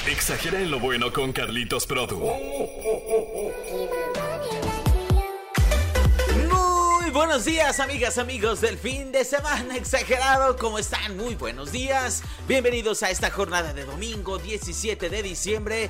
Exagera en lo bueno con Carlitos Produ. Muy buenos días, amigas, amigos del fin de semana exagerado. ¿Cómo están? Muy buenos días. Bienvenidos a esta jornada de domingo 17 de diciembre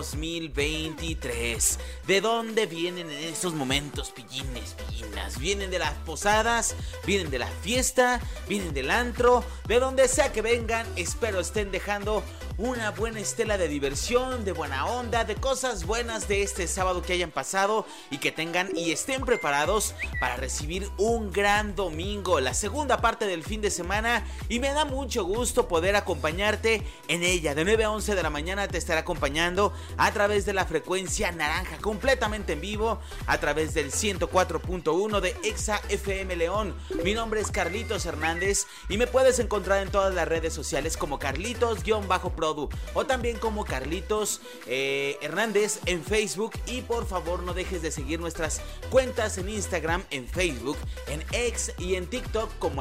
2023. ¿De dónde vienen en estos momentos, pillines, pillinas? ¿Vienen de las posadas? ¿Vienen de la fiesta? ¿Vienen del antro? De donde sea que vengan, espero estén dejando una buena estela de diversión, de buena onda, de cosas buenas de este sábado que hayan pasado y que tengan y estén preparados para recibir un gran domingo, la segunda parte del fin de semana, y me da mucho gusto poder acompañarte en ella. De 9 a 11 de la mañana te estaré acompañando a través de la frecuencia naranja, completamente en vivo, a través del 104.1 de Exa FM León. Mi nombre es Carlitos Hernández y me puedes encontrar en todas las redes sociales como Carlitos-Produ o también como Carlitos Hernández en Facebook. Y por favor no dejes de seguir nuestras cuentas en Instagram, en Facebook, en X y en TikTok como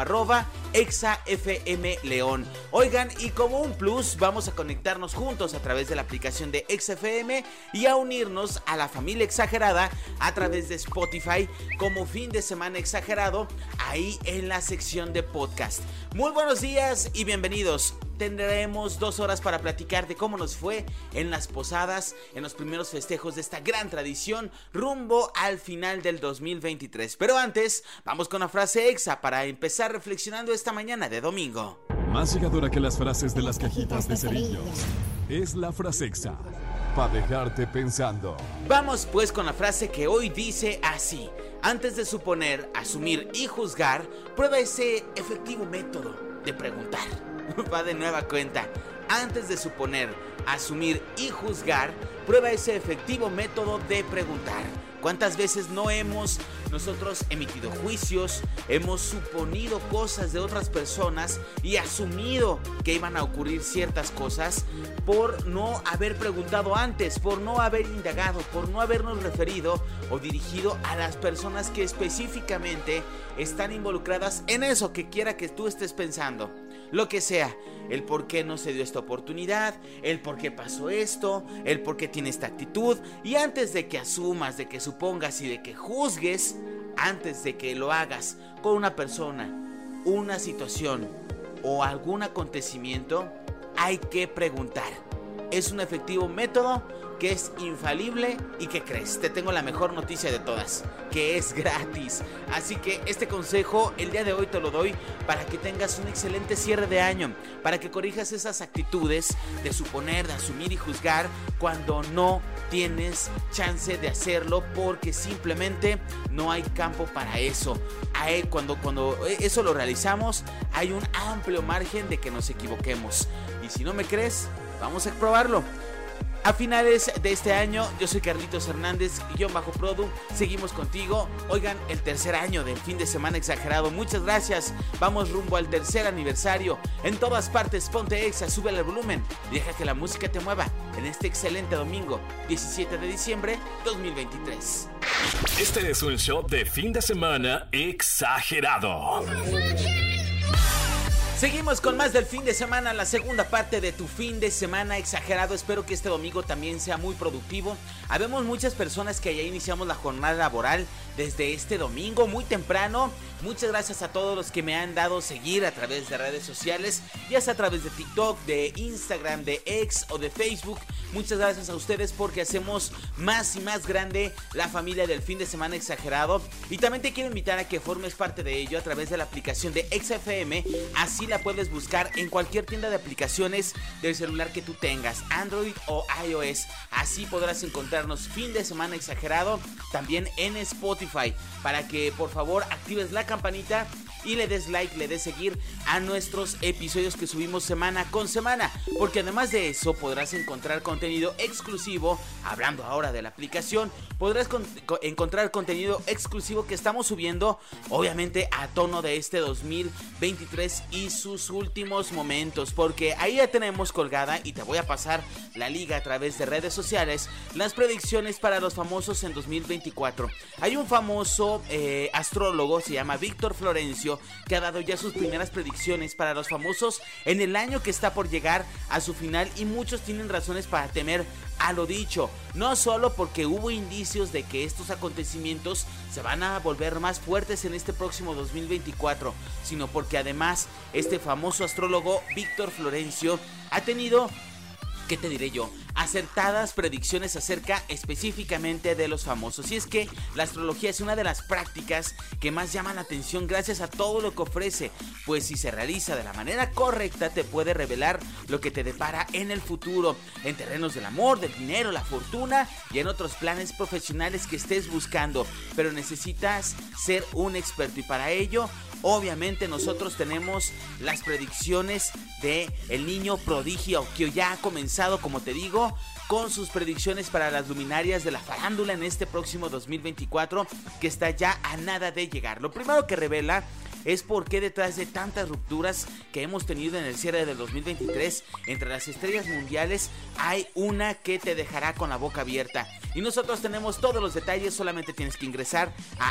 @ExaFMLeón. Oigan, y como un plus vamos a conectarnos juntos a través de la aplicación de XFM y a unirnos a la familia exagerada a través de Spotify como Fin de Semana Exagerado, ahí en la sección de podcast. Muy buenos días y bienvenidos. Tendremos 2 horas para platicar de cómo nos fue en las posadas, en los primeros festejos de esta gran tradición rumbo al final del 2023. Pero antes, vamos con la frase exa para empezar reflexionando esta mañana de domingo. Más llegadora que las frases de las cajitas de cerillos es la frase exa, para dejarte pensando. Vamos pues con la frase que hoy dice así: antes de suponer, asumir y juzgar, prueba ese efectivo método de preguntar. Va de nueva cuenta. Antes de suponer, asumir y juzgar, prueba ese efectivo método de preguntar. ¿Cuántas veces no hemos nosotros emitido juicios, hemos suponido cosas de otras personas y asumido que iban a ocurrir ciertas cosas por no haber preguntado antes, por no haber indagado, por no habernos referido o dirigido a las personas que específicamente están involucradas en eso que quiera que tú estés pensando? Lo que sea, el por qué no se dio esta oportunidad, el por qué pasó esto, el por qué tiene esta actitud. Y antes de que asumas, de que supongas y de que juzgues, antes de que lo hagas con una persona, una situación o algún acontecimiento, hay que preguntar. Es un efectivo método que es infalible y que crees. Te tengo la mejor noticia de todas, que es gratis. Así que este consejo el día de hoy te lo doy para que tengas un excelente cierre de año, para que corrijas esas actitudes de suponer, de asumir y juzgar cuando no tienes chance de hacerlo porque simplemente no hay campo para eso. Cuando eso lo realizamos, hay un amplio margen de que nos equivoquemos. Y si no me crees, vamos a probarlo. A finales de este año, yo soy Carlitos Hernández, _Produ, seguimos contigo. Oigan, el tercer año del fin de semana exagerado, muchas gracias. Vamos rumbo al tercer aniversario. En todas partes, ponte exa, sube el volumen y deja que la música te mueva en este excelente domingo, 17 de diciembre 2023. Este es un show de fin de semana exagerado. Seguimos con más del fin de semana, la segunda parte de tu fin de semana exagerado. Espero que este domingo también sea muy productivo. Habemos muchas personas que ya iniciamos la jornada laboral desde este domingo muy temprano. Muchas gracias a todos los que me han dado seguir a través de redes sociales, ya sea a través de TikTok, de Instagram, de X o de Facebook. Muchas gracias a ustedes porque hacemos más y más grande la familia del fin de semana exagerado. Y también te quiero invitar a que formes parte de ello a través de la aplicación de XFM. Así la puedes buscar en cualquier tienda de aplicaciones del celular que tú tengas, Android o iOS. Así podrás encontrarnos fin de semana exagerado también en Spotify, para que por favor actives la campanita y le des like, le des seguir a nuestros episodios que subimos semana con semana, porque además de eso podrás encontrar contenido exclusivo. Hablando ahora de la aplicación, podrás encontrar contenido exclusivo que estamos subiendo, obviamente a tono de este 2023 y sus últimos momentos, porque ahí ya tenemos colgada, y te voy a pasar la liga a través de redes sociales, las predicciones para los famosos en 2024. Hay un famoso astrólogo, se llama Víctor Florencio, Florencio, que ha dado ya sus primeras predicciones para los famosos en el año que está por llegar a su final, y muchos tienen razones para temer a lo dicho, no solo porque hubo indicios de que estos acontecimientos se van a volver más fuertes en este próximo 2024, sino porque además este famoso astrólogo Víctor Florencio ha tenido, ¿qué te diré yo?, acertadas predicciones acerca específicamente de los famosos. Y es que la astrología es una de las prácticas que más llaman la atención gracias a todo lo que ofrece, pues si se realiza de la manera correcta te puede revelar lo que te depara en el futuro, en terrenos del amor, del dinero, la fortuna y en otros planes profesionales que estés buscando, pero necesitas ser un experto, y para ello obviamente nosotros tenemos las predicciones de el niño prodigio, que ya ha comenzado, como te digo, con sus predicciones para las luminarias de la farándula en este próximo 2024, que está ya a nada de llegar. Lo primero que revela es por qué detrás de tantas rupturas que hemos tenido en el cierre del 2023 entre las estrellas mundiales hay una que te dejará con la boca abierta. Y nosotros tenemos todos los detalles, solamente tienes que ingresar a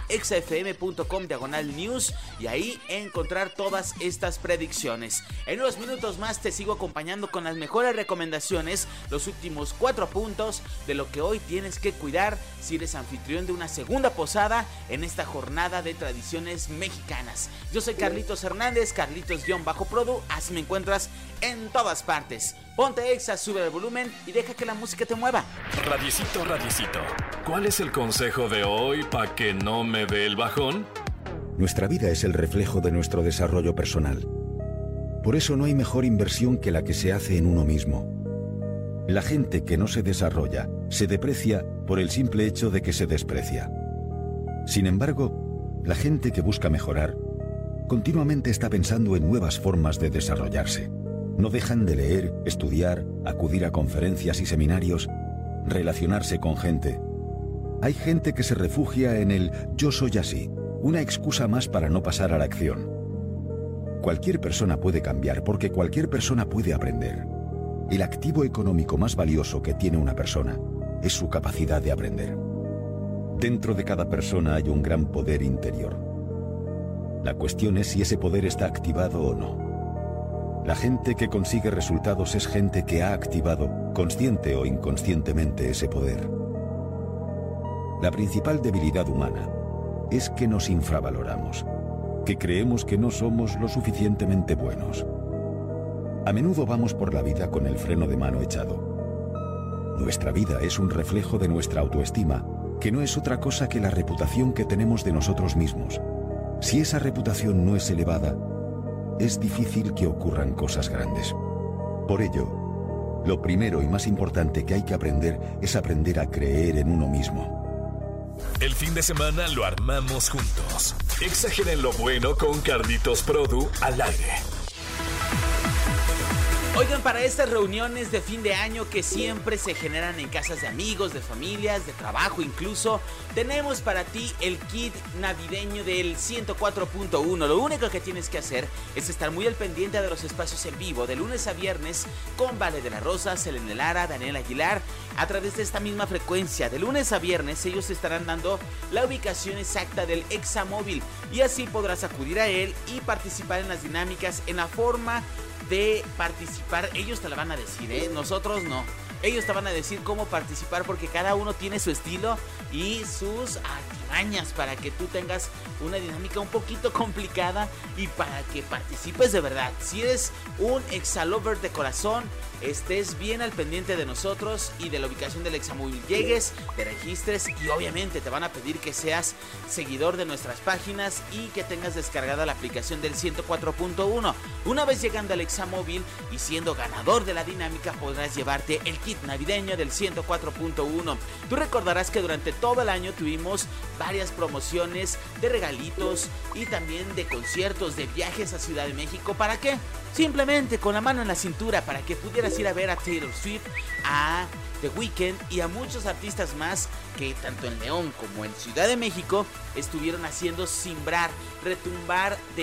exafm.com/news y ahí encontrar todas estas predicciones. En unos minutos más te sigo acompañando con las mejores recomendaciones, los últimos 4 puntos de lo que hoy tienes que cuidar si eres anfitrión de una segunda posada en esta jornada de tradiciones mexicanas. Yo soy Carlitos Hernández, Carlitos-Produ, así me encuentras en todas partes. Ponte Exa, sube el volumen y deja que la música te mueva. Radiecito, radiecito, ¿cuál es el consejo de hoy para que no me dé el bajón? Nuestra vida es el reflejo de nuestro desarrollo personal. Por eso no hay mejor inversión que la que se hace en uno mismo. La gente que no se desarrolla se deprecia por el simple hecho de que se desprecia. Sin embargo, la gente que busca mejorar continuamente está pensando en nuevas formas de desarrollarse. No dejan de leer, estudiar, acudir a conferencias y seminarios, relacionarse con gente. Hay gente que se refugia en el «yo soy así», una excusa más para no pasar a la acción. Cualquier persona puede cambiar porque cualquier persona puede aprender. El activo económico más valioso que tiene una persona es su capacidad de aprender. Dentro de cada persona hay un gran poder interior. La cuestión es si ese poder está activado o no. La gente que consigue resultados es gente que ha activado, consciente o inconscientemente, ese poder. La principal debilidad humana es que nos infravaloramos, que creemos que no somos lo suficientemente buenos. A menudo vamos por la vida con el freno de mano echado. Nuestra vida es un reflejo de nuestra autoestima, que no es otra cosa que la reputación que tenemos de nosotros mismos. Si esa reputación no es elevada, es difícil que ocurran cosas grandes. Por ello, lo primero y más importante que hay que aprender es aprender a creer en uno mismo. El fin de semana lo armamos juntos. Exageren lo bueno con Carlitos-Produ al aire. Oigan, para estas reuniones de fin de año que siempre se generan en casas de amigos, de familias, de trabajo incluso, tenemos para ti el kit navideño del 104.1. Lo único que tienes que hacer es estar muy al pendiente de los espacios en vivo de lunes a viernes con Vale de la Rosa, Selene Lara, Daniel Aguilar, a través de esta misma frecuencia. De lunes a viernes ellos estarán dando la ubicación exacta del Examóvil y así podrás acudir a él y participar en las dinámicas en la forma de participar. Ellos te la van a decir, nosotros no. Ellos te van a decir cómo participar porque cada uno tiene su estilo y sus artimañas para que tú tengas una dinámica un poquito complicada y para que participes de verdad. Si eres un Exalover de corazón, estés bien al pendiente de nosotros y de la ubicación del Examóvil. Llegues, te registres y obviamente te van a pedir que seas seguidor de nuestras páginas y que tengas descargada la aplicación del 104.1. Una vez llegando al Examóvil y siendo ganador de la dinámica, podrás llevarte el kit navideño del 104.1. Tú recordarás que durante todo el año tuvimos varias promociones de regalitos y también de conciertos, de viajes a Ciudad de México. ¿Para qué? Simplemente con la mano en la cintura para que pudieras ir a ver a Taylor Swift, a The Weeknd y a muchos artistas más que tanto en León como en Ciudad de México estuvieron haciendo simbrar, retumbar de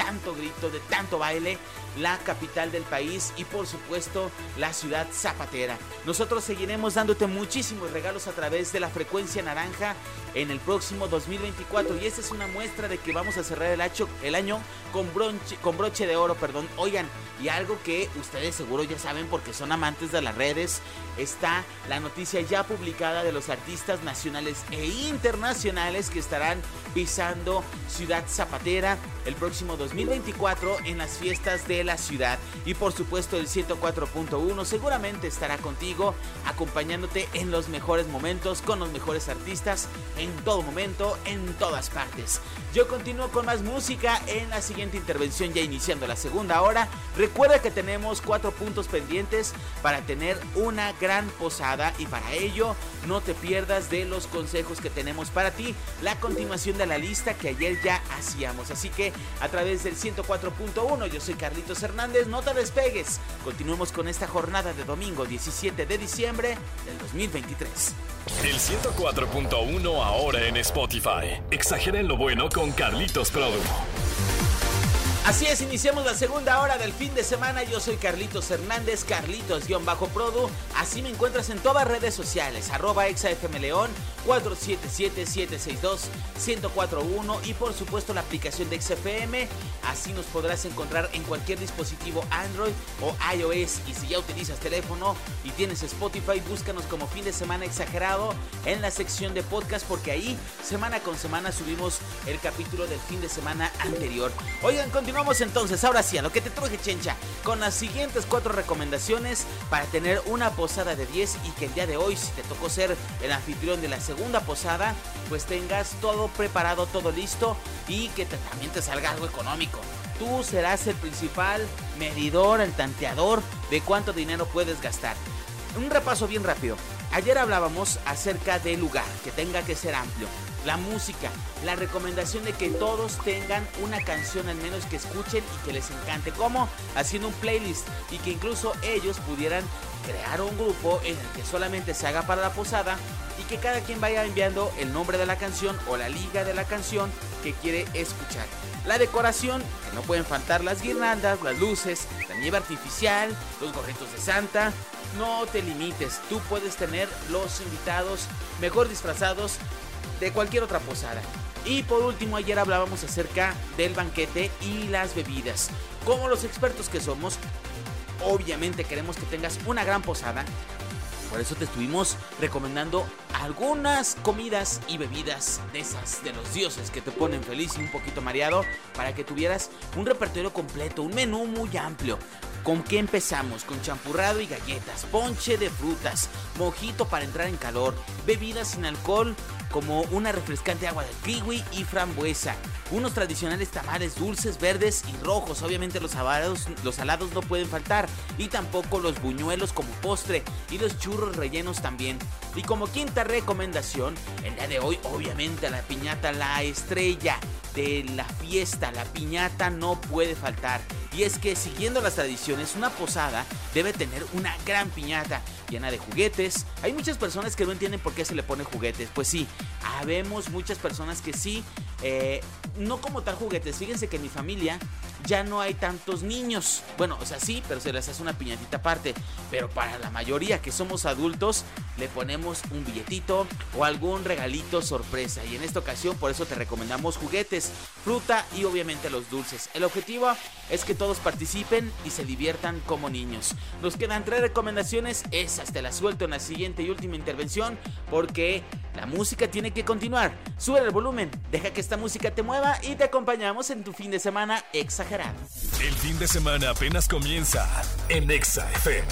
tanto grito, de tanto baile, la capital del país y por supuesto la ciudad zapatera. Nosotros seguiremos dándote muchísimos regalos a través de la frecuencia naranja en el próximo 2024 y esta es una muestra de que vamos a cerrar el año con broche de oro, perdón. Oigan, y algo que ustedes seguro ya saben porque son amantes de las redes, está la noticia ya publicada de los artistas nacionales e internacionales que estarán pisando Ciudad Zapatera el próximo 2024 en las fiestas de la ciudad. Y por supuesto el 104.1 seguramente estará contigo, acompañándote en los mejores momentos, con los mejores artistas, en todo momento, en todas partes. Yo continúo con más música en la siguiente intervención, ya iniciando la segunda hora. Recuerda que tenemos 4 puntos pendientes para tener una gran posada y para ello no te pierdas de los consejos que tenemos para ti, la continuación de la lista que ayer ya hacíamos. Así que a través del 104.1, yo soy Carlitos Hernández, no te despegues. Continuemos con esta jornada de domingo 17 de diciembre del 2023. El 104.1 ahora en Spotify. Exageren lo bueno con Carlitos Produ. Así es, iniciamos la segunda hora del fin de semana. Yo soy Carlitos Hernández, Carlitos-Produ. Así me encuentras en todas redes sociales, @exafmleón, 477-762-1041 y por supuesto la aplicación de XFM. Así nos podrás encontrar en cualquier dispositivo Android o iOS. Y si ya utilizas teléfono y tienes Spotify, búscanos como Fin de Semana Exagerado en la sección de podcast, porque ahí semana con semana subimos el capítulo del fin de semana anterior. Oigan, continuamos entonces, ahora sí, a lo que te truje, chencha, con las siguientes 4 recomendaciones para tener una posada de 10 y que el día de hoy, si te tocó ser el anfitrión de la segunda posada, pues tengas todo preparado, todo listo y que también te salga algo económico. Tú serás el principal medidor, el tanteador de cuánto dinero puedes gastar. Un repaso bien rápido. Ayer hablábamos acerca del lugar, que tenga que ser amplio. La música, la recomendación de que todos tengan una canción al menos que escuchen y que les encante. ¿Cómo? Haciendo un playlist y que incluso ellos pudieran crear un grupo en el que solamente se haga para la posada y que cada quien vaya enviando el nombre de la canción o la liga de la canción que quiere escuchar. La decoración, que no pueden faltar las guirnaldas, las luces, la nieve artificial, los gorritos de Santa. No te limites, tú puedes tener los invitados mejor disfrazados de cualquier otra posada. Y por último, ayer hablábamos acerca del banquete y las bebidas. Como los expertos que somos, obviamente queremos que tengas una gran posada. Por eso te estuvimos recomendando algunas comidas y bebidas de esas de los dioses que te ponen feliz y un poquito mareado, para que tuvieras un repertorio completo, un menú muy amplio. ¿Con qué empezamos? Con champurrado y galletas, ponche de frutas, mojito para entrar en calor, bebidas sin alcohol como una refrescante agua de kiwi y frambuesa, unos tradicionales tamales dulces, verdes y rojos. Obviamente los salados no pueden faltar, y tampoco los buñuelos como postre, y los churros rellenos también. Y como quinta recomendación, el día de hoy, obviamente la piñata, la estrella de la fiesta, la piñata no puede faltar. Y es que siguiendo las tradiciones, una posada debe tener una gran piñata llena de juguetes. Hay muchas personas que no entienden por qué se le pone juguetes. Pues sí, habemos muchas personas que sí, no como tal juguetes. Fíjense que en mi familia ya no hay tantos niños. Bueno, o sea, sí, pero se les hace una piñatita aparte. Pero para la mayoría que somos adultos, le ponemos un billetito o algún regalito sorpresa. Y en esta ocasión, por eso te recomendamos juguetes, fruta y obviamente los dulces. El objetivo es que todos participen y se diviertan como niños. Nos quedan 3 recomendaciones. Esas te las suelto en la siguiente y última intervención, porque la música tiene que continuar. Sube el volumen, deja que esta música te mueva y te acompañamos en tu fin de semana exagerado. El fin de semana apenas comienza en Exa FM.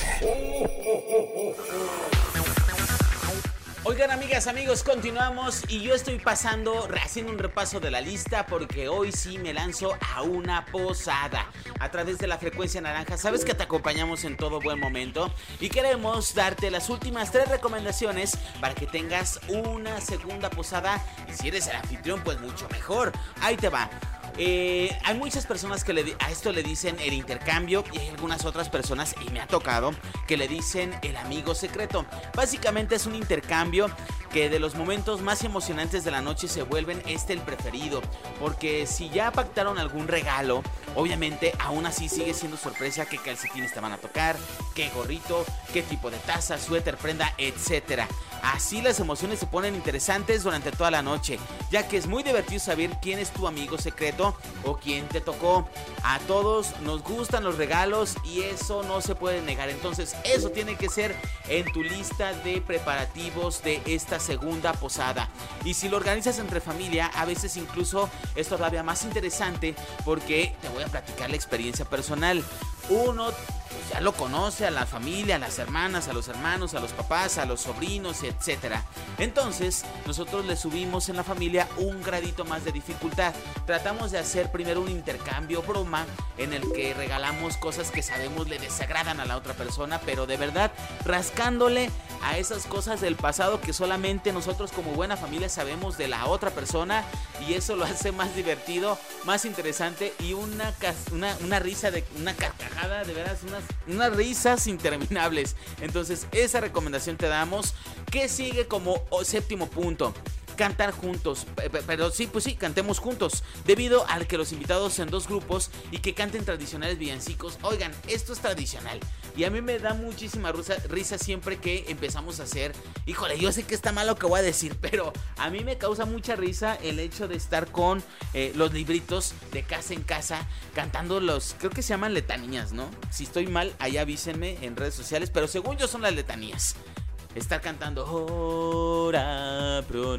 Oigan, amigas, amigos, continuamos y yo estoy haciendo un repaso de la lista, porque hoy sí me lanzo a una posada a través de la frecuencia naranja. Sabes que te acompañamos en todo buen momento y queremos darte las últimas 3 recomendaciones para que tengas una segunda posada, y si eres el anfitrión, pues mucho mejor. Ahí te va. Hay muchas personas que a esto le dicen el intercambio, y hay algunas otras personas, y me ha tocado, que le dicen el amigo secreto. Básicamente es un intercambio que de los momentos más emocionantes de la noche se vuelven el preferido, porque si ya pactaron algún regalo, obviamente aún así sigue siendo sorpresa qué calcetines te van a tocar, qué gorrito, qué tipo de taza, suéter, prenda, etcétera. Así las emociones se ponen interesantes durante toda la noche, ya que es muy divertido saber quién es tu amigo secreto o quién te tocó. A todos nos gustan los regalos y eso no se puede negar. Entonces eso tiene que ser en tu lista de preparativos de esta segunda posada. Y si lo organizas entre familia, a veces incluso es todavía más interesante, porque te voy a platicar la experiencia personal. Uno ya lo conoce a la familia, a las hermanas, a los hermanos, a los papás, a los sobrinos, etcétera. Entonces, nosotros le subimos en la familia un gradito más de dificultad. Tratamos de hacer primero un intercambio broma en el que regalamos cosas que sabemos le desagradan a la otra persona, pero de verdad rascándole a esas cosas del pasado que solamente nosotros como buena familia sabemos de la otra persona, y eso lo hace más divertido, más interesante y una risa, una carcajada, de veras, unas risas interminables. Entonces esa recomendación te damos. ¿Qué sigue como séptimo punto? Cantar juntos, pero sí, pues sí, cantemos juntos, debido al que los invitados sean dos grupos y que canten tradicionales villancicos. Oigan, esto es tradicional y a mí me da muchísima risa siempre que empezamos a hacer. Híjole, yo sé que está mal lo que voy a decir, pero a mí me causa mucha risa el hecho de estar con los libritos de casa en casa cantando creo que se llaman letanías, ¿no? Si estoy mal, ahí avísenme en redes sociales, pero según yo son las letanías. Estar cantando Ora pro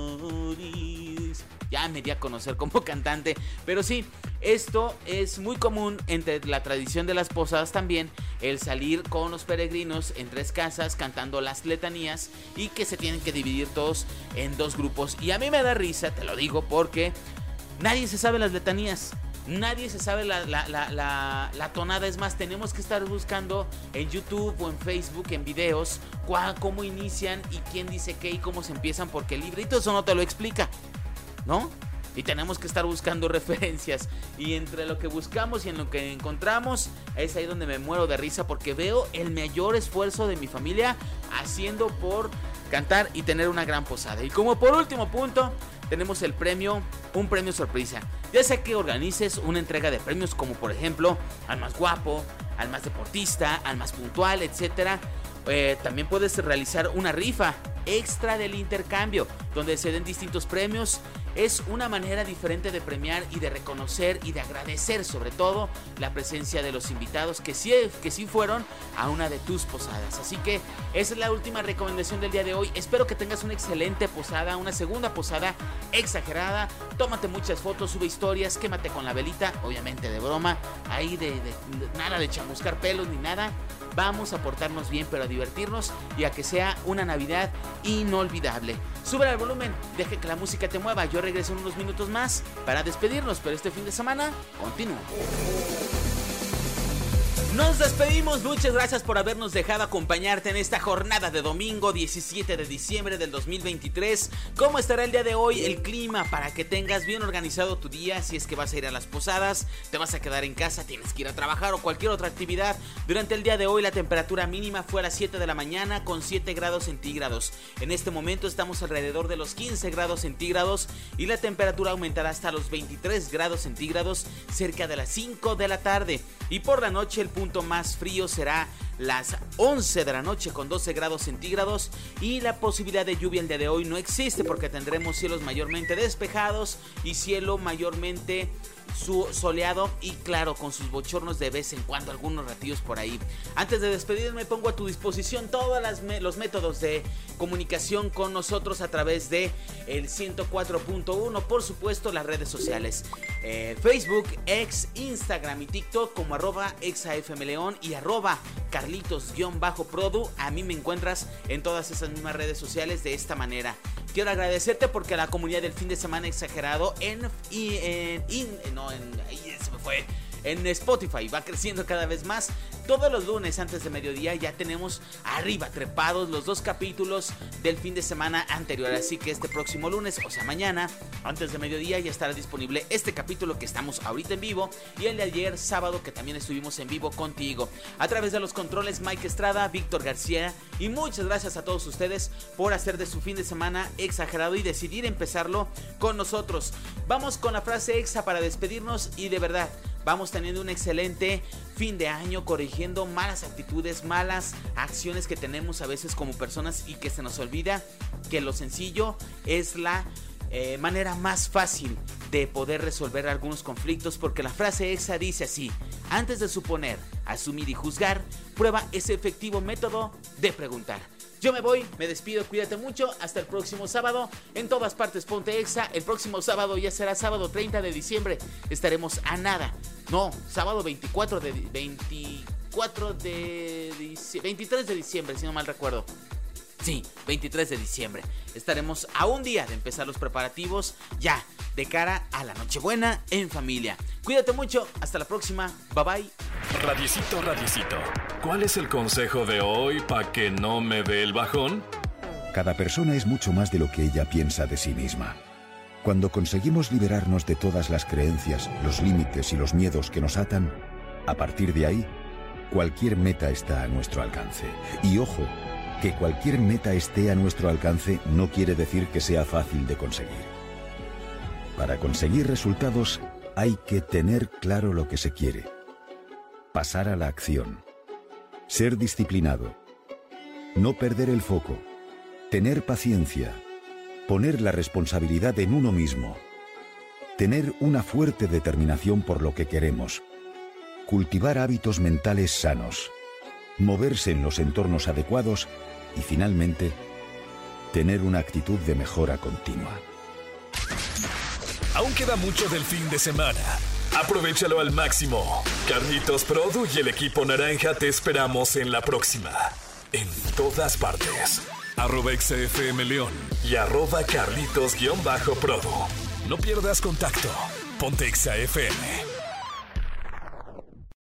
nobis. Ya me di a conocer como cantante. Pero sí, esto es muy común entre la tradición de las posadas también, el salir con los peregrinos en tres casas cantando las letanías y que se tienen que dividir todos en dos grupos. Y a mí me da risa, te lo digo, porque nadie se sabe las letanías. Nadie se sabe la tonada. Es más, tenemos que estar buscando en YouTube o en Facebook, en videos, cómo inician y quién dice qué y cómo se empiezan, porque el librito eso no te lo explica, ¿no? Y tenemos que estar buscando referencias. Y entre lo que buscamos y en lo que encontramos, es ahí donde me muero de risa, porque veo el mayor esfuerzo de mi familia haciendo por cantar y tener una gran posada. Y como por último punto, tenemos un premio sorpresa. Ya sea que organices una entrega de premios, como por ejemplo al más guapo, al más deportista, al más puntual, etcétera. También puedes realizar una rifa extra del intercambio, donde se den distintos premios. Es una manera diferente de premiar y de reconocer y de agradecer, sobre todo, la presencia de los invitados que sí fueron a una de tus posadas. Así que esa es la última recomendación del día de hoy. Espero que tengas una excelente posada, una segunda posada exagerada. Tómate muchas fotos, sube historias, quémate con la velita, obviamente de broma. Ahí de nada de chamuscar pelos ni nada. Vamos a portarnos bien, pero a divertirnos y a que sea una Navidad inolvidable. Sube el volumen, deja que la música te mueva. Yo regreso en unos minutos más para despedirnos, pero este fin de semana continúa. Nos despedimos, muchas gracias por habernos dejado acompañarte en esta jornada de domingo 17 de diciembre del 2023. ¿Cómo estará el día de hoy el clima para que tengas bien organizado tu día? Si es que vas a ir a las posadas, te vas a quedar en casa, tienes que ir a trabajar o cualquier otra actividad. Durante el día de hoy la temperatura mínima fue a las 7 de la mañana con 7 grados centígrados. En este momento estamos alrededor de los 15 grados centígrados y la temperatura aumentará hasta los 23 grados centígrados cerca de las 5 de la tarde. Y por la noche el punto más frío será las 11 de la noche con 12 grados centígrados y la posibilidad de lluvia el día de hoy no existe porque tendremos cielos mayormente despejados y cielo mayormente soleado y claro, con sus bochornos de vez en cuando, algunos ratillos por ahí. Antes de despedirme, pongo a tu disposición todos los métodos de comunicación con nosotros a través de el 104.1, por supuesto las redes sociales, Facebook, X, Instagram y TikTok como @exafmleon y @carlitos_produ. A mí me encuentras en todas esas mismas redes sociales de esta manera. Quiero agradecerte porque la comunidad del fin de semana exagerado en Spotify va creciendo cada vez más. Todos los lunes antes de mediodía ya tenemos arriba trepados los 2 capítulos del fin de semana anterior. Así que este próximo lunes, o sea mañana, antes de mediodía, ya estará disponible este capítulo que estamos ahorita en vivo, y el de ayer sábado que también estuvimos en vivo contigo. A través de los controles, Mike Estrada, Víctor García, y muchas gracias a todos ustedes por hacer de su fin de semana exagerado y decidir empezarlo con nosotros. Vamos con la frase exa para despedirnos, y de verdad vamos teniendo un excelente fin de año, corrigiendo malas actitudes, malas acciones que tenemos a veces como personas, y que se nos olvida que lo sencillo es la manera más fácil de poder resolver algunos conflictos, porque la frase exa dice así: antes de suponer, asumir y juzgar, prueba ese efectivo método de preguntar. Yo me voy, me despido, cuídate mucho, hasta el próximo sábado, en todas partes ponte exa. El próximo sábado ya será sábado 30 de diciembre, estaremos a nada, no, sábado 23 de diciembre, si no mal recuerdo. Sí, 23 de diciembre. Estaremos a un día de empezar los preparativos ya de cara a la Nochebuena en familia. Cuídate mucho, hasta la próxima, bye bye. Radiecito, radiecito, ¿cuál es el consejo de hoy para que no me dé el bajón? Cada persona es mucho más de lo que ella piensa de sí misma. Cuando conseguimos liberarnos de todas las creencias, los límites y los miedos que nos atan, a partir de ahí, cualquier meta está a nuestro alcance. Y ojo, que cualquier meta esté a nuestro alcance no quiere decir que sea fácil de conseguir. Para conseguir resultados hay que tener claro lo que se quiere, pasar a la acción, ser disciplinado, no perder el foco, tener paciencia, poner la responsabilidad en uno mismo, tener una fuerte determinación por lo que queremos, cultivar hábitos mentales sanos, moverse en los entornos adecuados y, finalmente, tener una actitud de mejora continua. Aún queda mucho del fin de semana. Aprovechalo al máximo. Carlitos Produ y el equipo naranja te esperamos en la próxima. En todas partes. @XFM León y @Carlitos-Produ. No pierdas contacto. Ponte XFM.